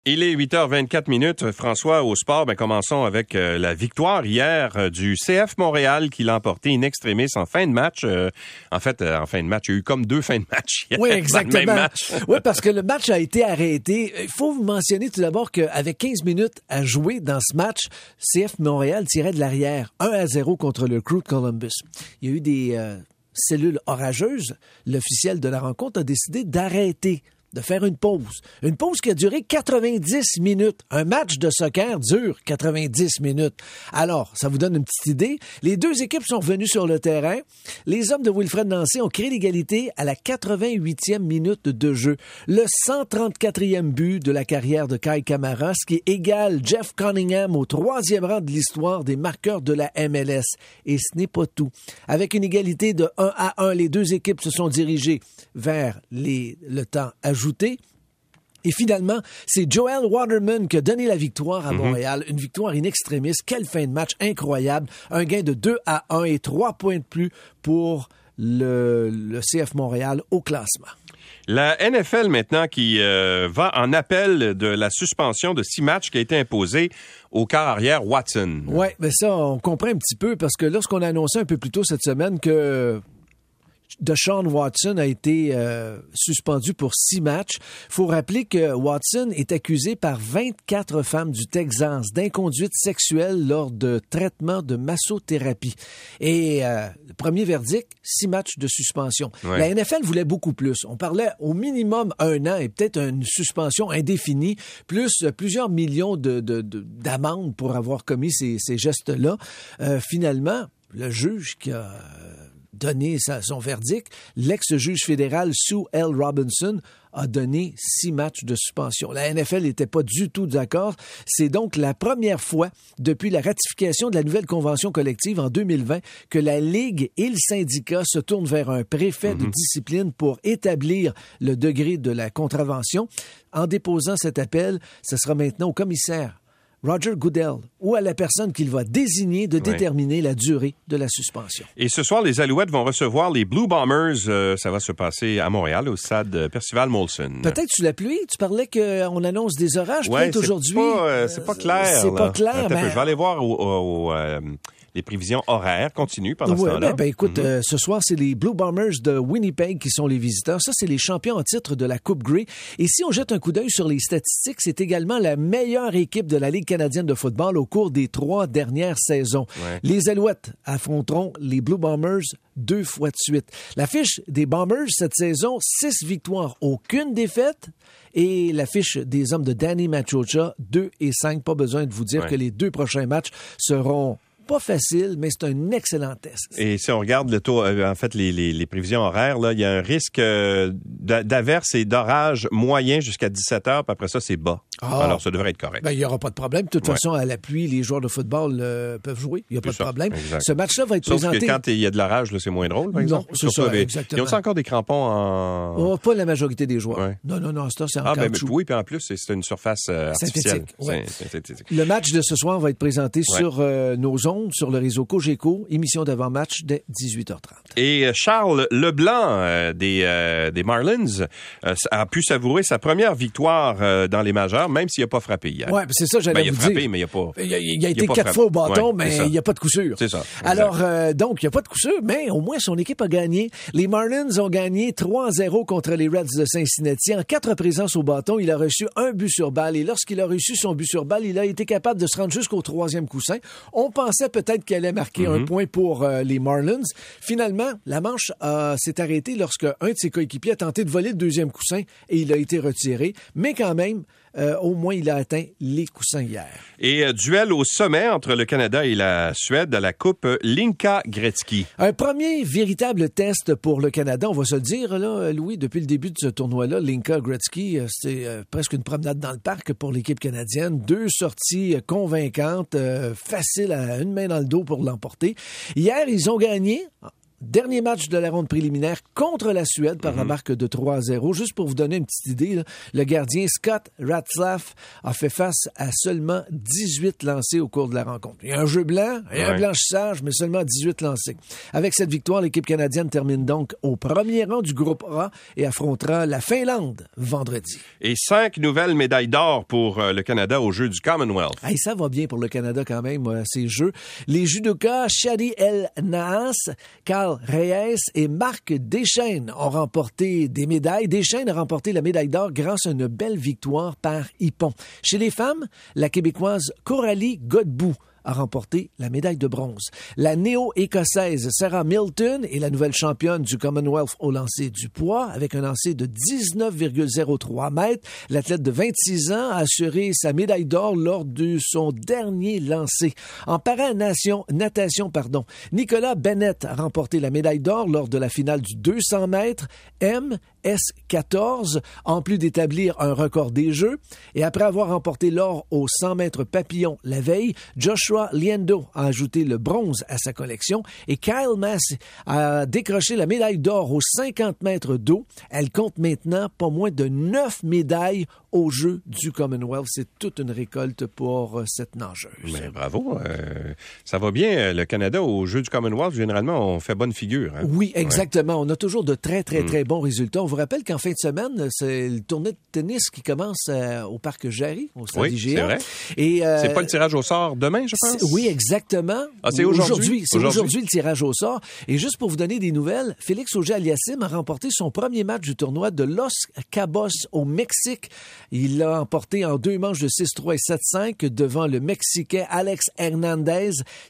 Il est 8h24. François, au sport, commençons avec la victoire hier du CF Montréal qui l'a emporté in extremis en fin de match. En fin de match, il y a eu comme deux fins de match hier. Oui, exactement. Dans le même match. Oui, parce que le match a été arrêté. Il faut vous mentionner tout d'abord qu'avec 15 minutes à jouer dans ce match, CF Montréal tirait de l'arrière 1-0 contre le Crew de Columbus. Il y a eu des cellules orageuses. L'officiel de la rencontre a décidé d'arrêter, de faire une pause. Une pause qui a duré 90 minutes. Un match de soccer dure 90 minutes. Alors, ça vous donne une petite idée. Les deux équipes sont revenues sur le terrain. Les hommes de Wilfred Nancy ont créé l'égalité à la 88e minute de jeu. Le 134e but de la carrière de Kai Kamara, ce qui égale Jeff Cunningham au 3e rang de l'histoire des marqueurs de la MLS. Et ce n'est pas tout. Avec une égalité de 1-1, les deux équipes se sont dirigées vers le temps ajouté. Et finalement, c'est Joel Waterman qui a donné la victoire à Montréal. Une victoire in extremis. Quelle fin de match incroyable. Un gain de 2-1 et 3 points de plus pour le CF Montréal au classement. La NFL maintenant qui va en appel de la suspension de 6 matchs qui a été imposée au quart arrière Watson. Oui, mais ça, on comprend un petit peu parce que lorsqu'on a annoncé un peu plus tôt cette semaine que Deshaun Watson a été suspendu pour 6 matchs. Il faut rappeler que Watson est accusé par 24 femmes du Texas d'inconduite sexuelle lors de traitements de massothérapie. Et le premier verdict, 6 matchs de suspension. Ouais. La NFL voulait beaucoup plus. On parlait au minimum 1 an et peut-être une suspension indéfinie, plus plusieurs millions d'amendes pour avoir commis ces gestes-là. Finalement, le juge qui a donné son verdict, l'ex-juge fédéral Sue L. Robinson a donné 6 matchs de suspension. La NFL n'était pas du tout d'accord. C'est donc la première fois depuis la ratification de la nouvelle convention collective en 2020 que la Ligue et le syndicat se tournent vers un préfet de discipline pour établir le degré de la contravention. En déposant cet appel, ce sera maintenant au commissaire Roger Goodell ou à la personne qu'il va désigner de déterminer la durée de la suspension. Et ce soir, les Alouettes vont recevoir les Blue Bombers. Ça va se passer à Montréal, au stade Percival Molson. Peut-être sous la pluie. Tu parlais qu'on annonce des orages peut-être aujourd'hui. C'est pas clair. C'est pas clair. Je vais aller voir les prévisions horaires continuent pendant ce temps-là. Écoute, ce soir, c'est les Blue Bombers de Winnipeg qui sont les visiteurs. Ça, c'est les champions en titre de la Coupe Grey. Et si on jette un coup d'œil sur les statistiques, c'est également la meilleure équipe de la Ligue canadienne de football au cours des 3 dernières saisons. Ouais. Les Alouettes affronteront les Blue Bombers 2 fois de suite. La fiche des Bombers cette saison, 6 victoires, aucune défaite. Et la fiche des hommes de Danny Machocha, 2-5. Pas besoin de vous dire que les 2 prochains matchs seront pas facile, mais c'est un excellent test. Et si on regarde le taux, en fait, les prévisions horaires, là, il y a un risque d'averse et d'orage moyen jusqu'à 17 heures, puis après ça, c'est bas. Alors, ça devrait être correct. Il n'y aura pas de problème. De toute façon, à la pluie, les joueurs de football peuvent jouer. Il n'y a pas de problème. Exact. Ce match-là va être présenté. Sauf que quand il y a de l'orage, là, c'est moins drôle, par exemple. Non, c'est ça, exactement. Ils ont encore des crampons en... Oh, pas la majorité des joueurs. Ouais. Non, c'est en caoutchouc. Oui, puis en plus, c'est une surface artificielle. Synthétique. Le match de ce soir va être présenté sur nos ondes, sur le réseau Cogeco, émission d'avant-match dès 18h30. Et Charles Leblanc des Marlins a pu savourer sa première victoire dans les majeures, même s'il n'a pas frappé hier. Oui, c'est ça, j'allais vous dire. Il a frappé, mais il n'a pas... Il a été 4 fois au bâton, mais il n'y a pas de coup sûr. C'est ça. Alors, donc, il n'y a pas de coup sûr, mais au moins, son équipe a gagné. Les Marlins ont gagné 3-0 contre les Reds de Cincinnati. En 4 présences au bâton, il a reçu un but sur balle. Et lorsqu'il a reçu son but sur balle, il a été capable de se rendre jusqu'au 3e coussin. On pensait peut-être qu'il allait marquer un point pour les Marlins. Finalement, la manche s'est arrêtée lorsque un de ses coéquipiers a tenté de voler le 2e coussin et il a été retiré. Mais quand même, au moins, il a atteint les coussins hier. Et duel au sommet entre le Canada et la Suède à la Coupe Linka Gretzky. Un premier véritable test pour le Canada, on va se le dire, là, Louis, depuis le début de ce tournoi-là, Linka Gretzky, c'est presque une promenade dans le parc pour l'équipe canadienne. 2 sorties convaincantes, faciles à une main dans le dos pour l'emporter. Hier, ils ont gagné Dernier match de la ronde préliminaire contre la Suède par la marque de 3-0. Juste pour vous donner une petite idée, là, le gardien Scott Ratzlaff a fait face à seulement 18 lancés au cours de la rencontre. Il y a un jeu blanc, il y a un blanchissage, mais seulement 18 lancés. Avec cette victoire, l'équipe canadienne termine donc au premier rang du groupe A et affrontera la Finlande vendredi. Et 5 nouvelles médailles d'or pour le Canada aux Jeux du Commonwealth. Hey, ça va bien pour le Canada quand même, ces Jeux. Les judokas Shadi El Naas, Carl Reyes et Marc Deschênes ont remporté des médailles. Deschênes a remporté la médaille d'or grâce à une belle victoire par ippon. Chez les femmes, la Québécoise Coralie Godbout a remporté la médaille de bronze. La néo-écossaise Sarah Milton est la nouvelle championne du Commonwealth au lancer du poids avec un lancer de 19,03 mètres. L'athlète de 26 ans a assuré sa médaille d'or lors de son dernier lancer. En natation, Nicolas Bennett a remporté la médaille d'or lors de la finale du 200 mètres MS14, en plus d'établir un record des Jeux. Et après avoir remporté l'or aux 100 mètres papillon la veille, Joshua Liendo a ajouté le bronze à sa collection et Kyle Massey a décroché la médaille d'or aux 50 mètres d'eau. Elle compte maintenant pas moins de 9 médailles aux Jeux du Commonwealth. C'est toute une récolte pour cette nageuse. Mais bravo. Ça va bien, le Canada, aux Jeux du Commonwealth. Généralement, on fait bonne figure. Hein? Oui, exactement. On a toujours de très, très, très bons résultats. On vous rappelle qu'en fin de semaine, c'est le tournoi de tennis qui commence au Parc Jarry, au stade IGA. C'est vrai. Et, c'est pas le tirage au sort demain, je pense? Oui, exactement. Ah, c'est aujourd'hui? C'est aujourd'hui le tirage au sort. Et juste pour vous donner des nouvelles, Félix Auger-Aliassime a remporté son premier match du tournoi de Los Cabos au Mexique. Il l'a emporté en 2 manches de 6-3 et 7-5 devant le Mexicain Alex Hernandez,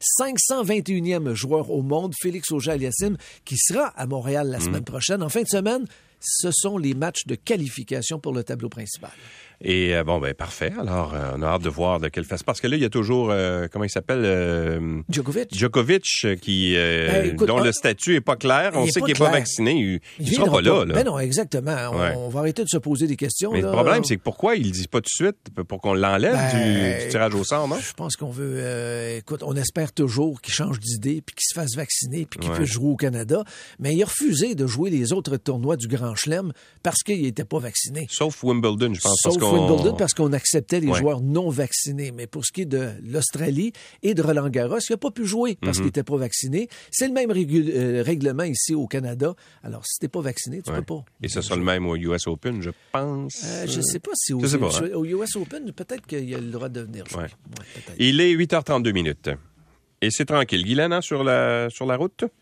521e joueur au monde, Félix Auger-Aliassime, qui sera à Montréal la semaine prochaine. En fin de semaine, ce sont les matchs de qualification pour le tableau principal. Et parfait. Alors, on a hâte de voir de quelle façon. Parce que là, il y a toujours, comment il s'appelle? Djokovic. Qui, dont le statut est pas clair. On sait qu'il n'est pas vacciné. Il sera pas là. Ben non, exactement. On va arrêter de se poser des questions. Mais le problème, c'est que pourquoi il ne dit pas tout de suite pour qu'on l'enlève du tirage au sort, non? Je pense qu'on veut... on espère toujours qu'il change d'idée, puis qu'il se fasse vacciner, puis qu'il puisse jouer au Canada. Mais il a refusé de jouer les autres tournois du Grand Chelem parce qu'il n'était pas vacciné. Sauf Wimbledon, je pense. Wimbledon parce qu'on acceptait les joueurs non vaccinés. Mais pour ce qui est de l'Australie et de Roland Garros, il n'a pas pu jouer parce qu'il n'était pas vacciné. C'est le même règlement ici au Canada. Alors, si tu n'es pas vacciné, tu peux pas. Et ce sera le même au US Open, je pense. Je ne sais pas si au US Open, peut-être qu'il a le droit de venir jouer. Il est 8h32 minutes. Et c'est tranquille. Guylaine, sur la route?